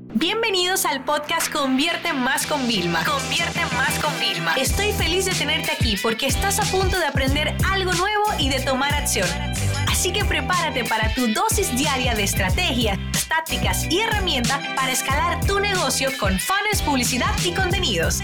Bienvenidos al podcast Convierte Más con Vilma. Convierte Más con Vilma. Estoy feliz de tenerte aquí porque estás a punto de aprender algo nuevo y de tomar acción. Así que prepárate para tu dosis diaria de estrategias, tácticas y herramientas para escalar tu negocio con funnels, publicidad y contenidos.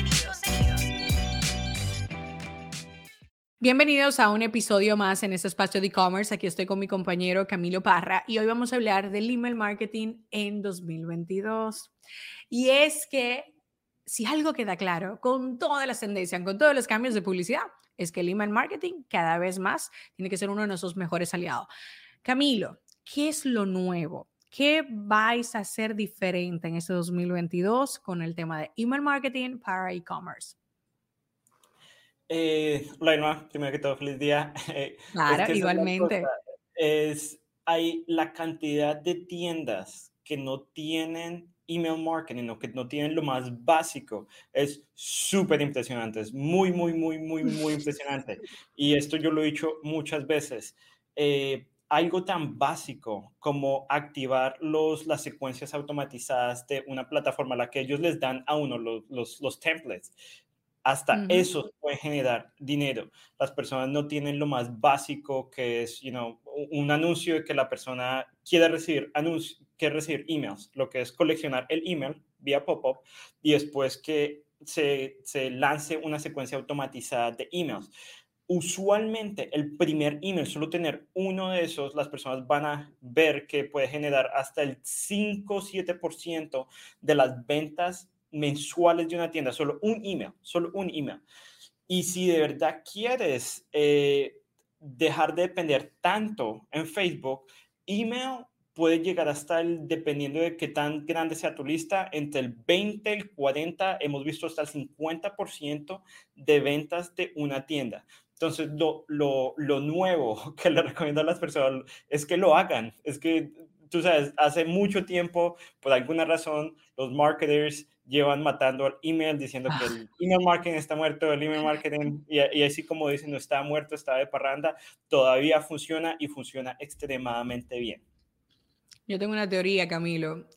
Bienvenidos a un episodio más en este espacio de e-commerce. Aquí estoy con mi compañero Camilo Parra y hoy vamos a hablar del email marketing en 2022. Y es que si algo queda claro con todas las tendencias, con todos los cambios de publicidad, es que el email marketing cada vez más tiene que ser uno de nuestros mejores aliados. Camilo, ¿qué es lo nuevo? ¿Qué vais a hacer diferente en este 2022 con el tema de email marketing para e-commerce? Hola, Irma, primero que todo, feliz día. Claro, Es que igualmente. hay la cantidad de tiendas que no tienen email marketing o que no tienen lo más básico. Es súper impresionante, es muy impresionante. Y esto yo lo he dicho muchas veces. Algo tan básico como activar las secuencias automatizadas de una plataforma a la que ellos les dan a uno los templates. Hasta eso puede generar dinero. Las personas no tienen lo más básico que es, un anuncio de que la persona quiere recibir emails, lo que es coleccionar el email vía pop-up y después que se lance una secuencia automatizada de emails. Usualmente el primer email, solo tener uno de esos, las personas van a ver que puede generar hasta el 5-7% de las ventas mensuales de una tienda, solo un email. Y si de verdad quieres dejar de depender tanto en Facebook, email puede llegar hasta dependiendo de qué tan grande sea tu lista, entre el 20, el 40, hemos visto hasta el 50% de ventas de una tienda. Entonces, lo nuevo que le recomiendo a las personas es que lo hagan. Es que, tú sabes, hace mucho tiempo, por alguna razón, los marketers llevan matando al email, diciendo que el email marketing está muerto, el email marketing, y así como dicen, no está muerto, está de parranda, todavía funciona y funciona extremadamente bien. Yo tengo una teoría, Camilo.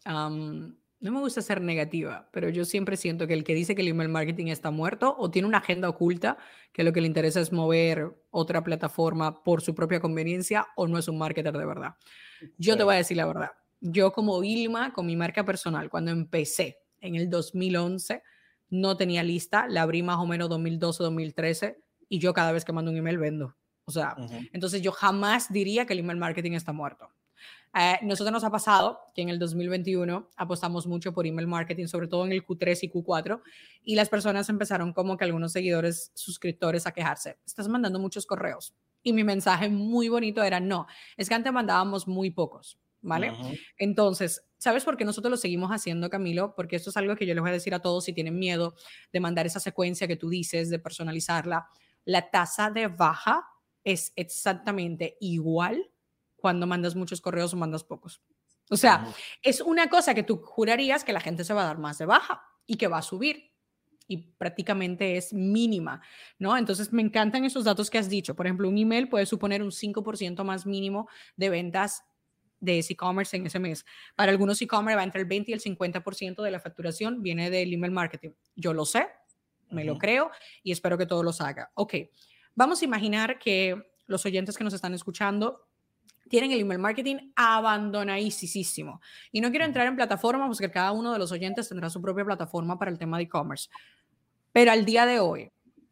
No me gusta ser negativa, pero yo siempre siento que el que dice que el email marketing está muerto o tiene una agenda oculta, que lo que le interesa es mover otra plataforma por su propia conveniencia o no es un marketer de verdad. Yo te voy a decir la verdad. Yo como Vilma, con mi marca personal, cuando empecé en el 2011, no tenía lista, la abrí más o menos 2012, 2013 y yo cada vez que mando un email vendo. O sea, entonces yo jamás diría que el email marketing está muerto. Nosotros nos ha pasado que en el 2021 apostamos mucho por email marketing, sobre todo en el Q3 y Q4, y las personas empezaron como que algunos seguidores, suscriptores a quejarse. Estás mandando muchos correos. Y mi mensaje muy bonito era, no, es que antes mandábamos muy pocos, ¿vale? Entonces, ¿sabes por qué nosotros lo seguimos haciendo, Camilo? Porque esto es algo que yo les voy a decir a todos si tienen miedo de mandar esa secuencia que tú dices, de personalizarla. La tasa de baja es exactamente igual cuando mandas muchos correos o mandas pocos. O sea, es una cosa que tú jurarías que la gente se va a dar más de baja y que va a subir y prácticamente es mínima, ¿no? Entonces me encantan esos datos que has dicho. Por ejemplo, un email puede suponer un 5% más mínimo de ventas de ese e-commerce en ese mes. Para algunos e-commerce va entre el 20 y el 50% de la facturación viene del email marketing. Yo lo sé, me lo creo y espero que todos los hagan. Ok, vamos a imaginar que los oyentes que nos están escuchando tienen el email marketing abandonadísimo. Y no quiero entrar en plataformas porque cada uno de los oyentes tendrá su propia plataforma para el tema de e-commerce. Pero al día de hoy,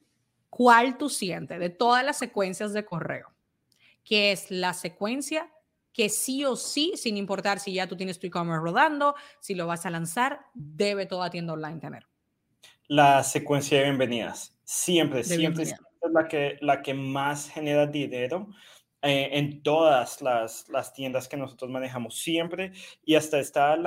¿cuál tú sientes de todas las secuencias de correo? Que es la secuencia que sí o sí, sin importar si ya tú tienes tu e-commerce rodando, si lo vas a lanzar, debe toda tienda online tener. La secuencia de bienvenidas. Siempre es la que más genera dinero en todas las tiendas que nosotros manejamos siempre. Y hasta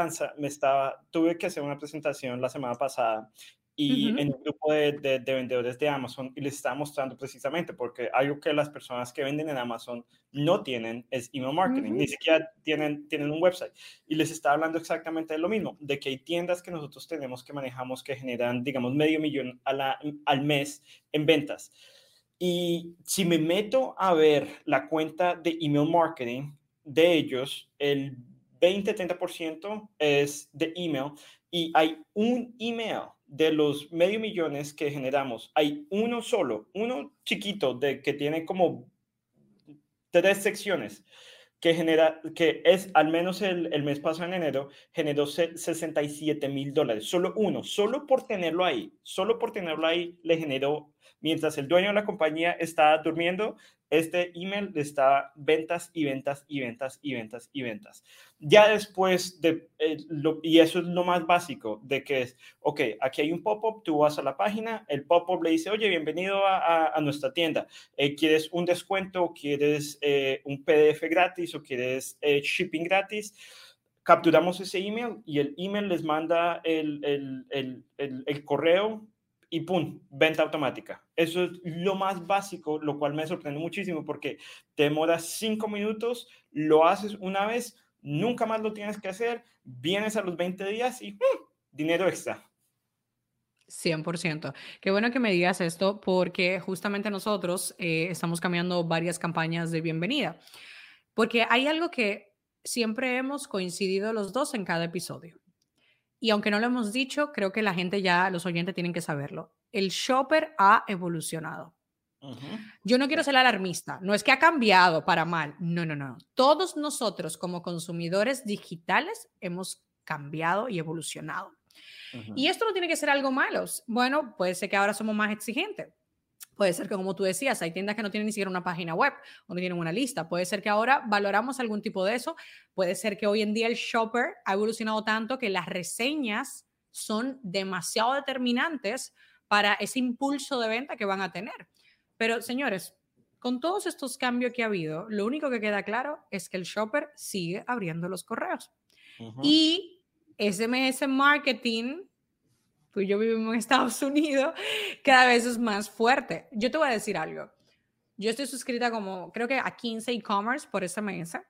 tuve que hacer una presentación la semana pasada y en un grupo de vendedores de Amazon y les estaba mostrando precisamente porque algo que las personas que venden en Amazon no tienen es email marketing, ni siquiera tienen un website. Y les estaba hablando exactamente de lo mismo, de que hay tiendas que nosotros tenemos que manejamos que generan, digamos, $500,000 al mes en ventas. Y si me meto a ver la cuenta de email marketing de ellos, el 20-30% es de email y hay un email de los medio millones que generamos. Hay uno solo, uno chiquito que tiene como 3 secciones que es, al menos el mes pasado en enero, generó $67,000. Solo uno, solo por tenerlo ahí le generó, mientras el dueño de la compañía está durmiendo, este email le está ventas y ventas y ventas y ventas y ventas. Ya después y eso es lo más básico, de que es, ok, aquí hay un pop-up, tú vas a la página, el pop-up le dice, oye, bienvenido a nuestra tienda. ¿Quieres un descuento? ¿Quieres un PDF gratis o quieres shipping gratis? Capturamos ese email y el email les manda el correo y ¡pum! Venta automática. Eso es lo más básico, lo cual me sorprende muchísimo porque te demoras 5 minutos, lo haces una vez, nunca más lo tienes que hacer, vienes a los 20 días y dinero extra. 100%. Qué bueno que me digas esto porque justamente nosotros estamos cambiando varias campañas de bienvenida. Porque hay algo que siempre hemos coincidido los dos en cada episodio. Y aunque no lo hemos dicho, creo que la gente ya, los oyentes tienen que saberlo. El shopper ha evolucionado. Yo no quiero ser alarmista, no es que ha cambiado para mal, no, no, no. Todos nosotros como consumidores digitales hemos cambiado y evolucionado. Y esto no tiene que ser algo malo. Bueno, puede ser que ahora somos más exigentes. Puede ser que, como tú decías, hay tiendas que no tienen ni siquiera una página web o no tienen una lista. Puede ser que ahora valoramos algún tipo de eso. Puede ser que hoy en día el shopper ha evolucionado tanto que las reseñas son demasiado determinantes para ese impulso de venta que van a tener. Pero, señores, con todos estos cambios que ha habido, lo único que queda claro es que el shopper sigue abriendo los correos. Y SMS marketing, tú y yo vivimos en Estados Unidos, cada vez es más fuerte. Yo te voy a decir algo. Yo estoy suscrita como, creo que a 15 e-commerce por SMS.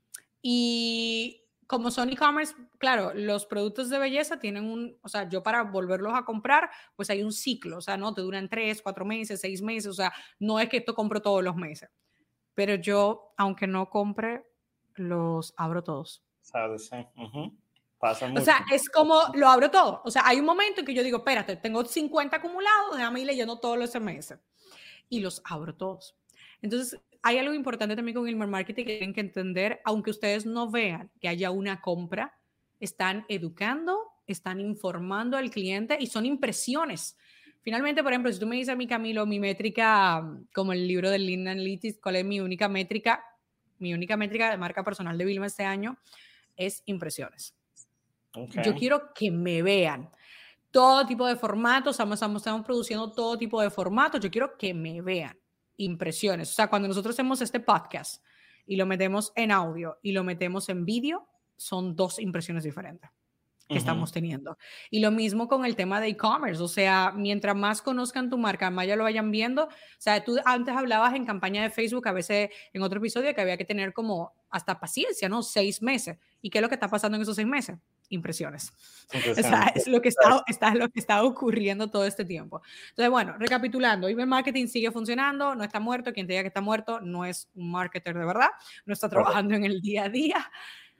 Y como son e-commerce, claro, los productos de belleza tienen o sea, yo para volverlos a comprar, pues hay un ciclo, o sea, no te duran 3, 4 meses, 6 meses, o sea, no es que esto compro todos los meses. Pero yo, aunque no compre, los abro todos. ¿Sabes? Pasa mucho. O sea, es como lo abro todo. O sea, hay un momento en que yo digo, espérate, tengo 50 acumulados, déjame ir leyendo todos los SMS. Y los abro todos. Entonces, hay algo importante también con el email marketing que tienen que entender, aunque ustedes no vean que haya una compra, están educando, están informando al cliente y son impresiones. Finalmente, por ejemplo, si tú me dices a mí, Camilo, mi métrica, como el libro de Lean Analytics, ¿cuál es mi única métrica? Mi única métrica de marca personal de Vilma este año es impresiones. Okay. Yo quiero que me vean todo tipo de formatos, estamos produciendo todo tipo de formatos, yo quiero que me vean impresiones. O sea, cuando nosotros hacemos este podcast y lo metemos en audio y lo metemos en vídeo, son 2 impresiones diferentes que estamos teniendo. Y lo mismo con el tema de e-commerce, o sea, mientras más conozcan tu marca, más ya lo vayan viendo. O sea, tú antes hablabas en campaña de Facebook, a veces en otro episodio, que había que tener como hasta paciencia, ¿no? 6 meses. ¿Y qué es lo que está pasando en esos 6 meses? Impresiones. O sea, es lo que está ocurriendo todo este tiempo. Entonces, bueno, recapitulando, email marketing sigue funcionando, no está muerto. Quien te diga que está muerto no es un marketer de verdad, no está trabajando en el día a día.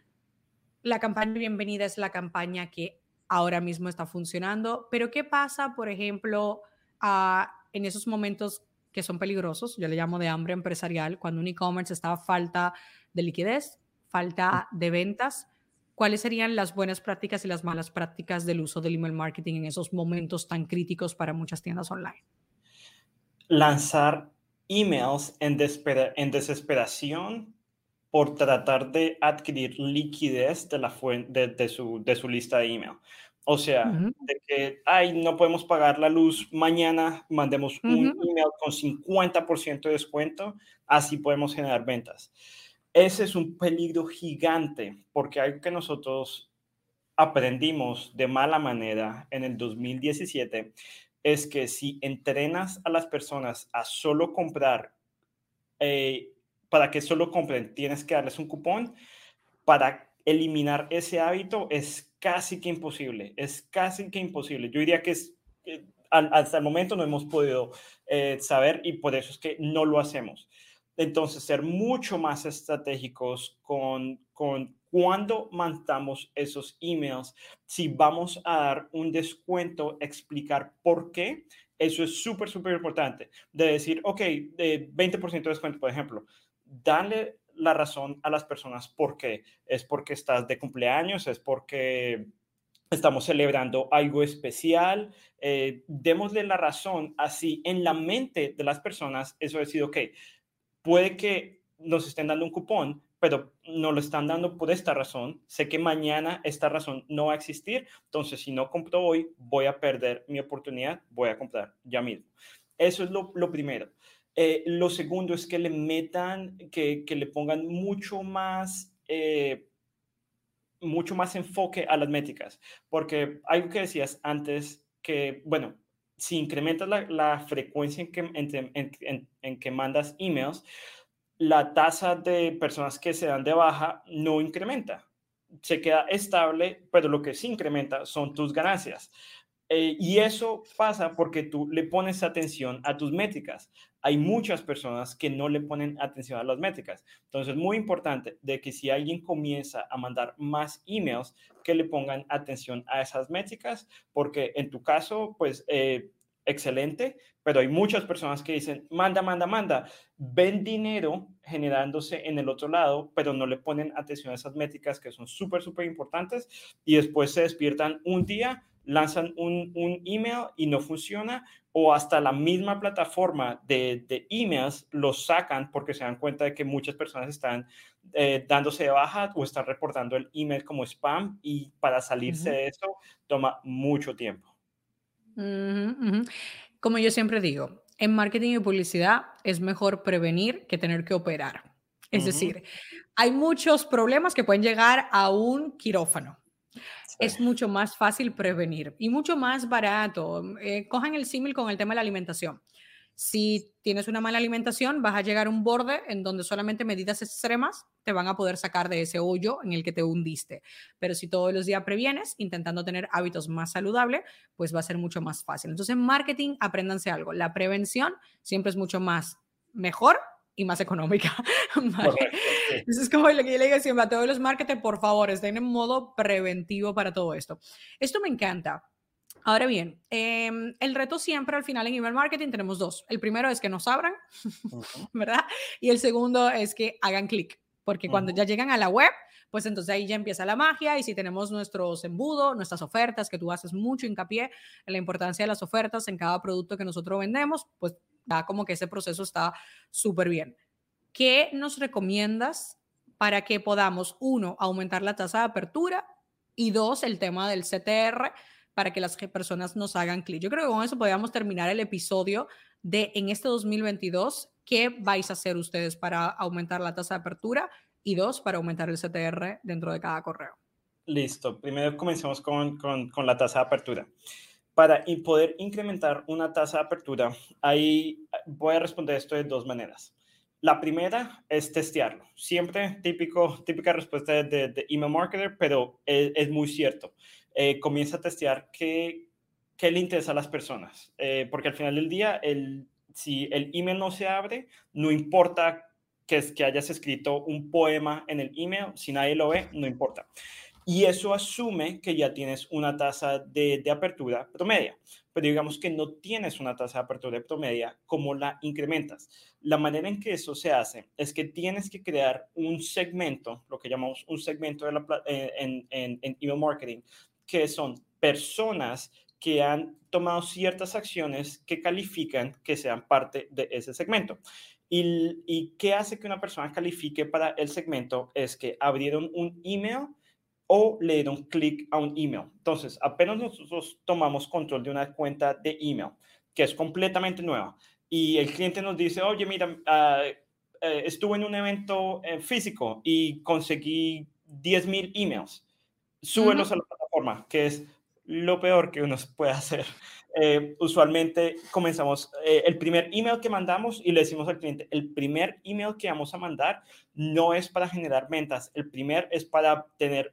La campaña de bienvenida es la campaña que ahora mismo está funcionando, pero ¿qué pasa, por ejemplo, en esos momentos que son peligrosos? Yo le llamo de hambre empresarial, cuando un e-commerce está a falta de liquidez, falta de ventas. ¿Cuáles serían las buenas prácticas y las malas prácticas del uso del email marketing en esos momentos tan críticos para muchas tiendas online? Lanzar emails en desesperación por tratar de adquirir liquidez de su lista de email. O sea, de que, no podemos pagar la luz mañana, mandemos un email con 50% de descuento, así podemos generar ventas. Ese es un peligro gigante, porque algo que nosotros aprendimos de mala manera en el 2017 es que si entrenas a las personas a solo comprar, para que solo compren, tienes que darles un cupón. Para eliminar ese hábito es casi que imposible, Yo diría que hasta el momento no hemos podido saber y por eso es que no lo hacemos. Entonces, ser mucho más estratégicos con cuando mandamos esos emails, si vamos a dar un descuento, explicar por qué. Eso es súper, súper importante. De decir, ok, 20% de descuento, por ejemplo. Darle la razón a las personas por qué. Es porque estás de cumpleaños, es porque estamos celebrando algo especial. Démosle la razón, así en la mente de las personas, eso es decir, ok, puede que nos estén dando un cupón, pero no lo están dando por esta razón. Sé que mañana esta razón no va a existir, entonces si no compro hoy, voy a perder mi oportunidad, voy a comprar ya mismo. Eso es lo primero. Lo segundo es que le metan, que le pongan mucho más enfoque a las métricas, porque algo que decías antes, que, bueno, si incrementas la frecuencia en que mandas emails, la tasa de personas que se dan de baja no incrementa. Se queda estable, pero lo que sí incrementa son tus ganancias. Y eso pasa porque tú le pones atención a tus métricas. Hay muchas personas que no le ponen atención a las métricas. Entonces, muy importante de que si alguien comienza a mandar más emails, que le pongan atención a esas métricas, porque en tu caso, pues, excelente, pero hay muchas personas que dicen, manda, manda, manda. Ven dinero generándose en el otro lado, pero no le ponen atención a esas métricas que son súper, súper importantes y después se despiertan un día, lanzan un email y no funciona, o hasta la misma plataforma de emails los sacan porque se dan cuenta de que muchas personas están dándose de baja o están reportando el email como spam, y para salirse de eso toma mucho tiempo. Ujú, ujú. Como yo siempre digo, en marketing y publicidad es mejor prevenir que tener que operar. Es Ujú, decir, hay muchos problemas que pueden llegar a un quirófano. sí, Es mucho más fácil prevenir y mucho más barato. Cojan el símil con el tema de la alimentación. Si tienes una mala alimentación, vas a llegar a un borde en donde solamente medidas extremas te van a poder sacar de ese hoyo en el que te hundiste. Pero si todos los días previenes, intentando tener hábitos más saludables, pues va a ser mucho más fácil. Entonces, en marketing, apréndanse algo. La prevención siempre es mucho más mejor y más económica. ¿Vale? correcto, sí. Eso es como lo que yo le digo siempre a todos los marketers, por favor, estén en modo preventivo para todo esto. Esto me encanta. Ahora bien, el reto siempre al final en email marketing tenemos dos. El primero es que nos abran, Ujú, ¿verdad? Y el segundo es que hagan clic, porque cuando ujú. ya llegan a la web, pues entonces ahí ya empieza la magia y si tenemos nuestros embudos, nuestras ofertas, que tú haces mucho hincapié en la importancia de las ofertas en cada producto que nosotros vendemos, pues da como que ese proceso está súper bien. ¿Qué nos recomiendas para que podamos, uno, aumentar la tasa de apertura y dos, el tema del CTR para que las personas nos hagan clic? Yo creo que con eso podríamos terminar el episodio de en este 2022, ¿qué vais a hacer ustedes para aumentar la tasa de apertura? Y dos, para aumentar el CTR dentro de cada correo. Listo. Primero comencemos con la tasa de apertura. Para poder incrementar una tasa de apertura, ahí voy a responder esto de dos maneras. La primera es testearlo. Siempre típica respuesta de email marketer, pero es muy cierto. Comienza a testear qué le interesa a las personas. Porque al final del día, si el email no se abre, no importa que hayas escrito un poema en el email, si nadie lo ve, no importa. Y eso asume que ya tienes una tasa de apertura promedia. Pero digamos que no tienes una tasa de apertura promedia, ¿cómo la incrementas? La manera en que eso se hace es que tienes que crear un segmento, lo que llamamos un segmento en email marketing, que son personas que han tomado ciertas acciones que califican que sean parte de ese segmento. ¿Y qué hace que una persona califique para el segmento? Es que abrieron un email o le dieron clic a un email. Entonces, apenas nosotros tomamos control de una cuenta de email que es completamente nueva y el cliente nos dice, oye, mira, estuve en un evento físico y conseguí 10,000 emails, Uh -huh. súbelos a la plataforma, que es lo peor que uno puede hacer. Usualmente comenzamos el primer email que mandamos y le decimos al cliente, el primer email que vamos a mandar no es para generar ventas, el primer es para tener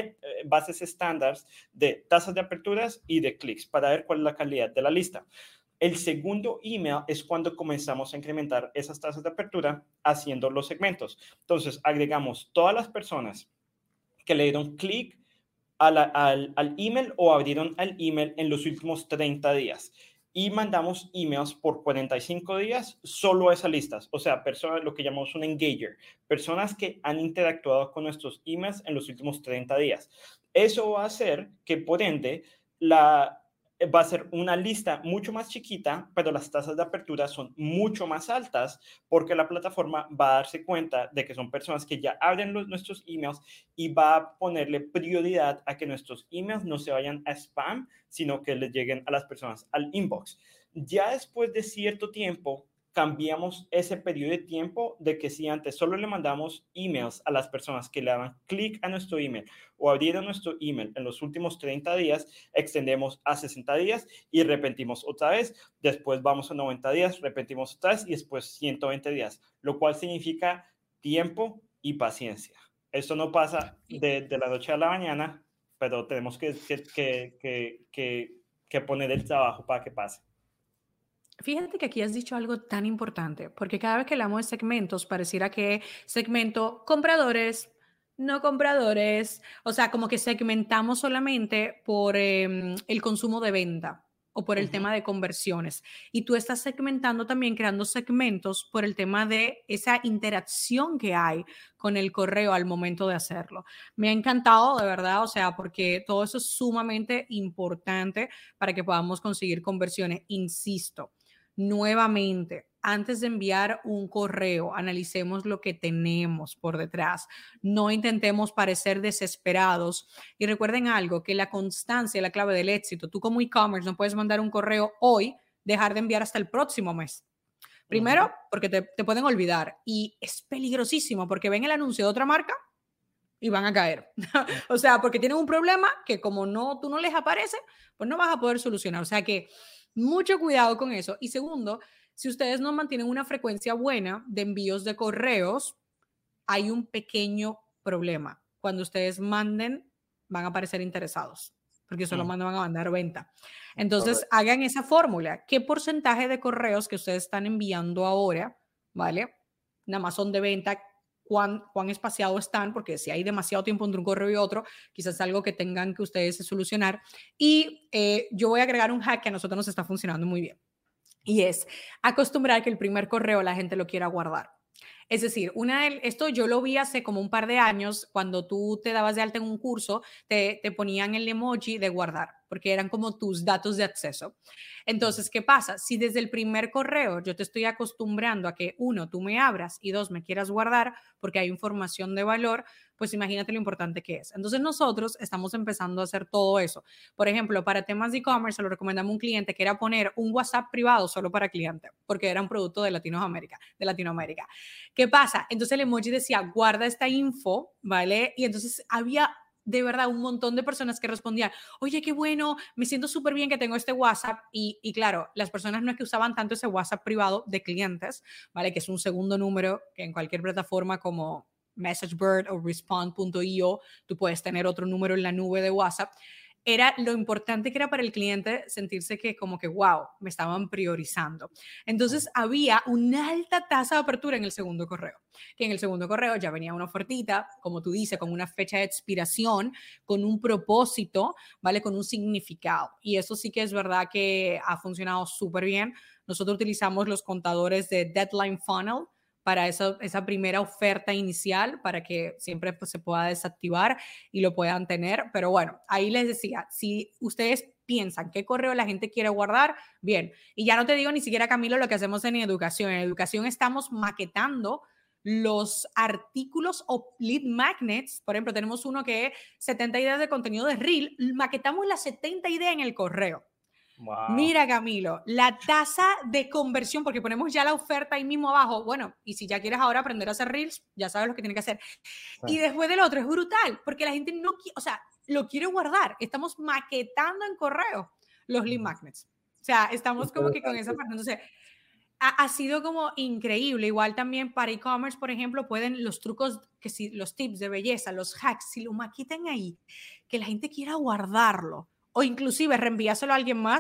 bases estándar de tasas de aperturas y de clics, para ver cuál es la calidad de la lista. El segundo email es cuando comenzamos a incrementar esas tasas de apertura haciendo los segmentos. Entonces, agregamos todas las personas que le dieron clic al email o abrieron el email en los últimos 30 días y mandamos emails por 45 días solo a esas listas, o sea, personas, lo que llamamos un engager, personas que han interactuado con nuestros emails en los últimos 30 días. Eso va a hacer que, por ende, va a ser una lista mucho más chiquita, pero las tasas de apertura son mucho más altas porque la plataforma va a darse cuenta de que son personas que ya abren nuestros emails y va a ponerle prioridad a que nuestros emails no se vayan a spam, sino que les lleguen a las personas al inbox. Ya después de cierto tiempo, cambiamos ese periodo de tiempo de que si antes solo le mandamos emails a las personas que le daban clic a nuestro email o abrieron nuestro email en los últimos 30 días, extendemos a 60 días y repetimos otra vez. Después vamos a 90 días, repetimos otra vez y después 120 días, lo cual significa tiempo y paciencia. Esto no pasa de la noche a la mañana, pero tenemos que poner el trabajo para que pase. Fíjate que aquí has dicho algo tan importante, porque cada vez que hablamos de segmentos, pareciera que segmento compradores, no compradores, o sea, como que segmentamos solamente por el consumo de venta o por el tema de conversiones. Y tú estás segmentando también, creando segmentos por el tema de esa interacción que hay con el correo al momento de hacerlo. Me ha encantado, de verdad, o sea, porque todo eso es sumamente importante para que podamos conseguir conversiones. Insisto, nuevamente, antes de enviar un correo, analicemos lo que tenemos por detrás. No intentemos parecer desesperados. Y recuerden algo, que la constancia es la clave del éxito. Tú como e-commerce no puedes mandar un correo hoy, dejar de enviar hasta el próximo mes. Primero, porque te pueden olvidar. Y es peligrosísimo porque ven el anuncio de otra marca y van a caer. O sea, porque tienen un problema que como tú no les aparece, pues no vas a poder solucionar. O sea que mucho cuidado con eso. Y segundo, si ustedes no mantienen una frecuencia buena de envíos de correos, hay un pequeño problema. Cuando ustedes manden, van a parecer interesados, porque solo van a mandar venta. Entonces, hagan esa fórmula. ¿Qué porcentaje de correos que ustedes están enviando ahora, ¿vale? Nada más son de venta, cuán espaciados están, porque si hay demasiado tiempo entre un correo y otro, quizás es algo que tengan que ustedes solucionar. Y yo voy a agregar un hack que a nosotros nos está funcionando muy bien. Y es acostumbrar que el primer correo la gente lo quiera guardar. Es decir, esto yo lo vi hace como un par de años, cuando tú te dabas de alta en un curso, te ponían el emoji de guardar, porque eran como tus datos de acceso. Entonces, ¿qué pasa? Si desde el primer correo yo te estoy acostumbrando a que, uno, tú me abras y dos, me quieras guardar porque hay información de valor, pues imagínate lo importante que es. Entonces, nosotros estamos empezando a hacer todo eso. Por ejemplo, para temas de e-commerce, se lo recomendamos a un cliente que era poner un WhatsApp privado solo para cliente, porque era un producto de Latinoamérica. ¿Qué pasa? Entonces el emoji decía, guarda esta info, ¿vale? Y entonces había de verdad un montón de personas que respondían, oye, qué bueno, me siento súper bien que tengo este WhatsApp. Y claro, las personas no es que usaban tanto ese WhatsApp privado de clientes, ¿vale? Que es un segundo número que en cualquier plataforma como MessageBird o Respond.io, tú puedes tener otro número en la nube de WhatsApp. Era lo importante que era para el cliente sentirse que como que, wow, me estaban priorizando. Entonces había una alta tasa de apertura en el segundo correo, que en el segundo correo ya venía una ofertita, como tú dices, con una fecha de expiración, con un propósito, ¿vale? Con un significado. Y eso sí que es verdad que ha funcionado súper bien. Nosotros utilizamos los contadores de Deadline Funnel para esa primera oferta inicial, para que siempre pues, se pueda desactivar y lo puedan tener. Pero bueno, ahí les decía, si ustedes piensan qué correo la gente quiere guardar, bien. Y ya no te digo ni siquiera, Camilo, lo que hacemos en educación. En educación estamos maquetando los artículos o lead magnets. Por ejemplo, tenemos uno que es 70 ideas de contenido de Reel. Maquetamos las 70 ideas en el correo. Wow. Mira, Camilo, la tasa de conversión, porque ponemos ya la oferta ahí mismo abajo. Bueno, y si ya quieres ahora aprender a hacer Reels, ya sabes lo que tienes que hacer. Sí. Y después del otro es brutal, porque la gente no quiere, o sea, lo quiere guardar. Estamos maquetando en correo los lead magnets. O sea, estamos como que con esa parte. Entonces, ha sido como increíble. Igual también para e-commerce, por ejemplo, pueden los trucos, que si los tips de belleza, los hacks, si lo maquetan ahí, que la gente quiera guardarlo o inclusive reenviárselo a alguien más,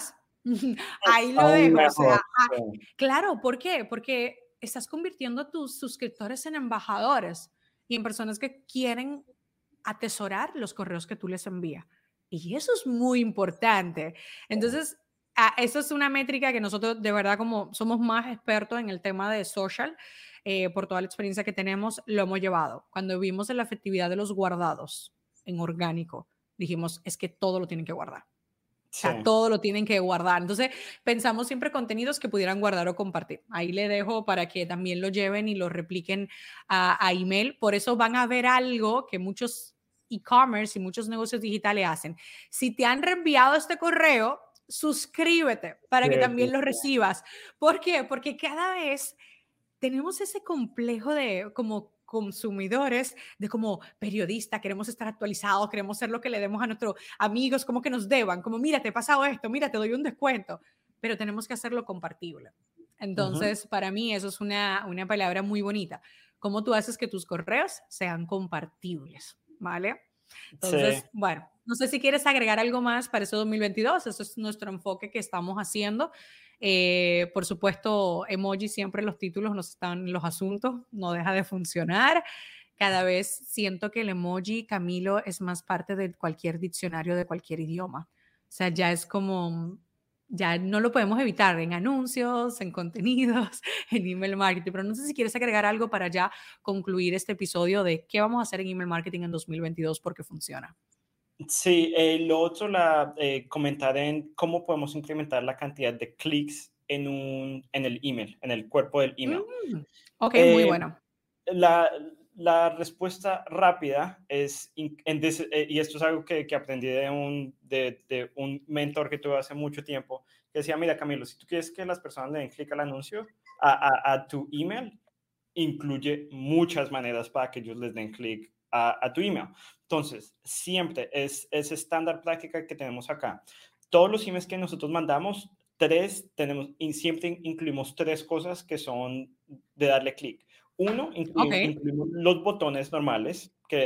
Ahí lo Aún dejo. O sea, mejor. Sí. claro, ¿por qué? Porque estás convirtiendo a tus suscriptores en embajadores y en personas que quieren atesorar los correos que tú les envías. Y eso es muy importante. Entonces, eso es una métrica que nosotros de verdad como somos más expertos en el tema de social, por toda la experiencia que tenemos, lo hemos llevado. Cuando vimos en la efectividad de los guardados en orgánico, dijimos, es que todo lo tienen que guardar. O Sí. sea, todo lo tienen que guardar. Entonces, pensamos siempre contenidos que pudieran guardar o compartir. Ahí le dejo para que también lo lleven y lo repliquen a email. Por eso van a ver algo que muchos e-commerce y muchos negocios digitales hacen. Si te han reenviado este correo, suscríbete para Sí, que sí, también lo sí. recibas. ¿Por qué? Porque cada vez tenemos ese complejo de como consumidores, de como periodista, queremos estar actualizados, queremos ser lo que le demos a nuestros amigos, como que nos deban, como mira, te he pasado esto, mira, te doy un descuento, pero tenemos que hacerlo compartible. Ujú. Entonces, para mí eso es una palabra muy bonita. ¿Cómo tú haces que tus correos sean compartibles? ¿Vale? Sí. Entonces, bueno, no sé si quieres agregar algo más para ese 2022. Eso es nuestro enfoque que estamos haciendo. Por supuesto, emoji siempre en los títulos no están en los asuntos, no deja de funcionar. Cada vez siento que el emoji, Camilo, es más parte de cualquier diccionario de cualquier idioma. O sea, ya es como, ya no lo podemos evitar en anuncios, en contenidos, en email marketing. Pero no sé si quieres agregar algo para ya concluir este episodio de qué vamos a hacer en email marketing en 2022 porque funciona. Sí, lo otro, comentar en cómo podemos incrementar la cantidad de clics en el email, en el cuerpo del email. Mm, ok, muy Eh, bueno. la, la respuesta rápida es, y esto es algo que aprendí de un mentor que tuve hace mucho tiempo, que decía, mira Camilo, si tú quieres que las personas le den clic al anuncio, a tu email, incluye muchas maneras para que ellos les den clic a tu email. Entonces, siempre es estándar práctica que tenemos acá. Todos los emails que nosotros mandamos, y siempre incluimos tres cosas que son de darle clic. Uno, Ok, incluimos los botones normales, que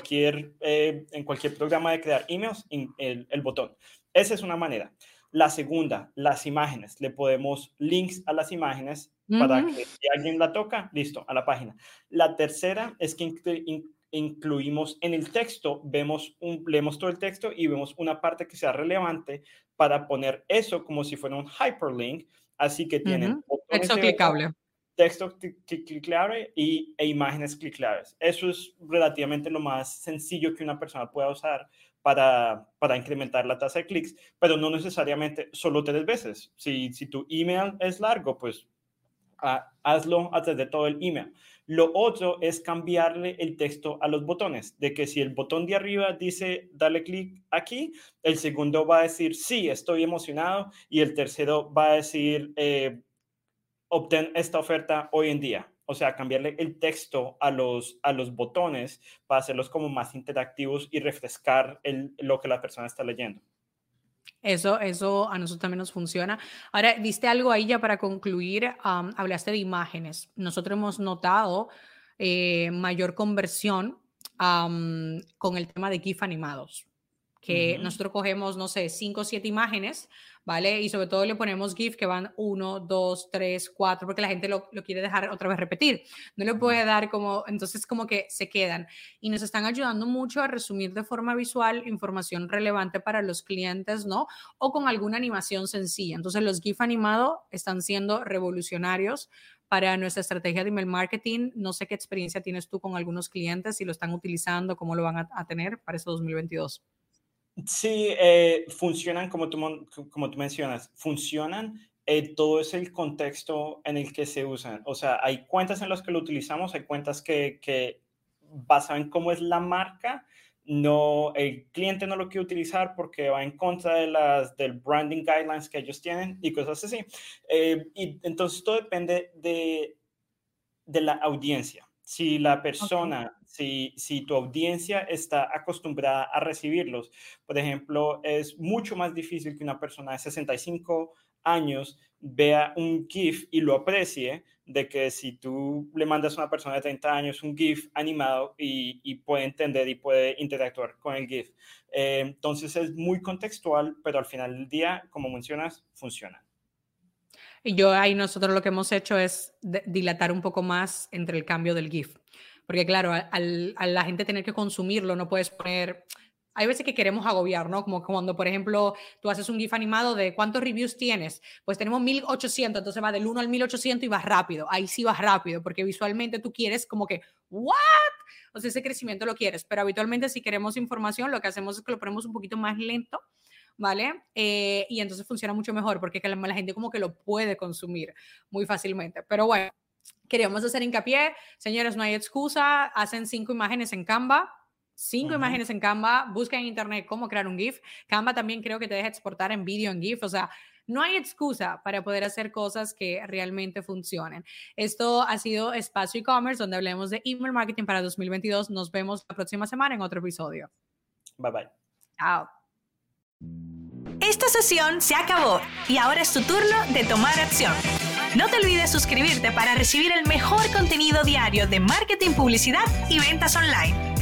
en cualquier programa de crear emails, el botón. Esa es una manera. La segunda, las imágenes. Le podemos links a las imágenes para ujú, que si alguien la toca, listo, a la página. La tercera es que incluimos en el texto, leemos todo el texto y vemos una parte que sea relevante para poner eso como si fuera un hyperlink. Así que tienen ujú. botones Texto de verdad, clicable. texto clicable e imágenes cliclables. Eso es relativamente lo más sencillo que una persona pueda usar para incrementar la tasa de clics, pero no necesariamente solo tres veces. Si tu email es largo, pues hazlo a través de todo el email. Lo otro es cambiarle el texto a los botones, de que si el botón de arriba dice dale clic aquí, el segundo va a decir sí, estoy emocionado y el tercero va a decir obtén esta oferta hoy en día. O sea, cambiarle el texto a los botones para hacerlos como más interactivos y refrescar lo que la persona está leyendo. Eso a nosotros también nos funciona. Ahora, diste algo ahí ya para concluir, hablaste de imágenes. Nosotros hemos notado mayor conversión con el tema de GIF animados, que Ujú. nosotros cogemos, no sé, 5 o 7 imágenes, ¿vale? Y sobre todo le ponemos GIF que van uno, 2, 3, 4, porque la gente lo quiere dejar otra vez repetir. No le puede dar como, entonces como que se quedan. Y nos están ayudando mucho a resumir de forma visual información relevante para los clientes, ¿no? O con alguna animación sencilla. Entonces los GIF animados están siendo revolucionarios para nuestra estrategia de email marketing. No sé qué experiencia tienes tú con algunos clientes, si lo están utilizando, cómo lo van a tener para ese 2022. Sí, funcionan como tú mencionas, funcionan. Todo es el contexto en el que se usan. O sea, hay cuentas en las que lo utilizamos, hay cuentas que basadas en cómo es la marca, no, el cliente no lo quiere utilizar porque va en contra del branding guidelines que ellos tienen y cosas así. Y entonces todo depende de la audiencia. Si la Ok. persona, si tu audiencia está acostumbrada a recibirlos, por ejemplo, es mucho más difícil que una persona de 65 años vea un GIF y lo aprecie de que si tú le mandas a una persona de 30 años un GIF animado y puede entender y puede interactuar con el GIF. Entonces es muy contextual, pero al final del día, como mencionas, funciona. Y yo ahí nosotros lo que hemos hecho es dilatar un poco más entre el cambio del GIF. Porque claro, a la gente tener que consumirlo, no puedes poner... Hay veces que queremos agobiar, ¿no? Como cuando, por ejemplo, tú haces un GIF animado de ¿cuántos reviews tienes? Pues tenemos 1800, entonces va del 1 al 1800 y vas rápido. Ahí sí vas rápido, porque visualmente tú quieres como que, ¿what? O sea, ese crecimiento lo quieres. Pero habitualmente si queremos información, lo que hacemos es que lo ponemos un poquito más lento, ¿vale? Y entonces funciona mucho mejor porque la gente como que lo puede consumir muy fácilmente. Pero bueno, queríamos hacer hincapié, señores, no hay excusa, hacen 5 imágenes en Canva, 5 imágenes en Canva, busca en internet cómo crear un GIF. Canva también creo que te deja exportar en vídeo en GIF, o sea, no hay excusa para poder hacer cosas que realmente funcionen. Esto ha sido Espacio E-Commerce, donde hablemos de email marketing para 2022. Nos vemos la próxima semana en otro episodio. Bye bye. Chao. Esta sesión se acabó y ahora es tu turno de tomar acción. No te olvides suscribirte para recibir el mejor contenido diario de marketing, publicidad y ventas online.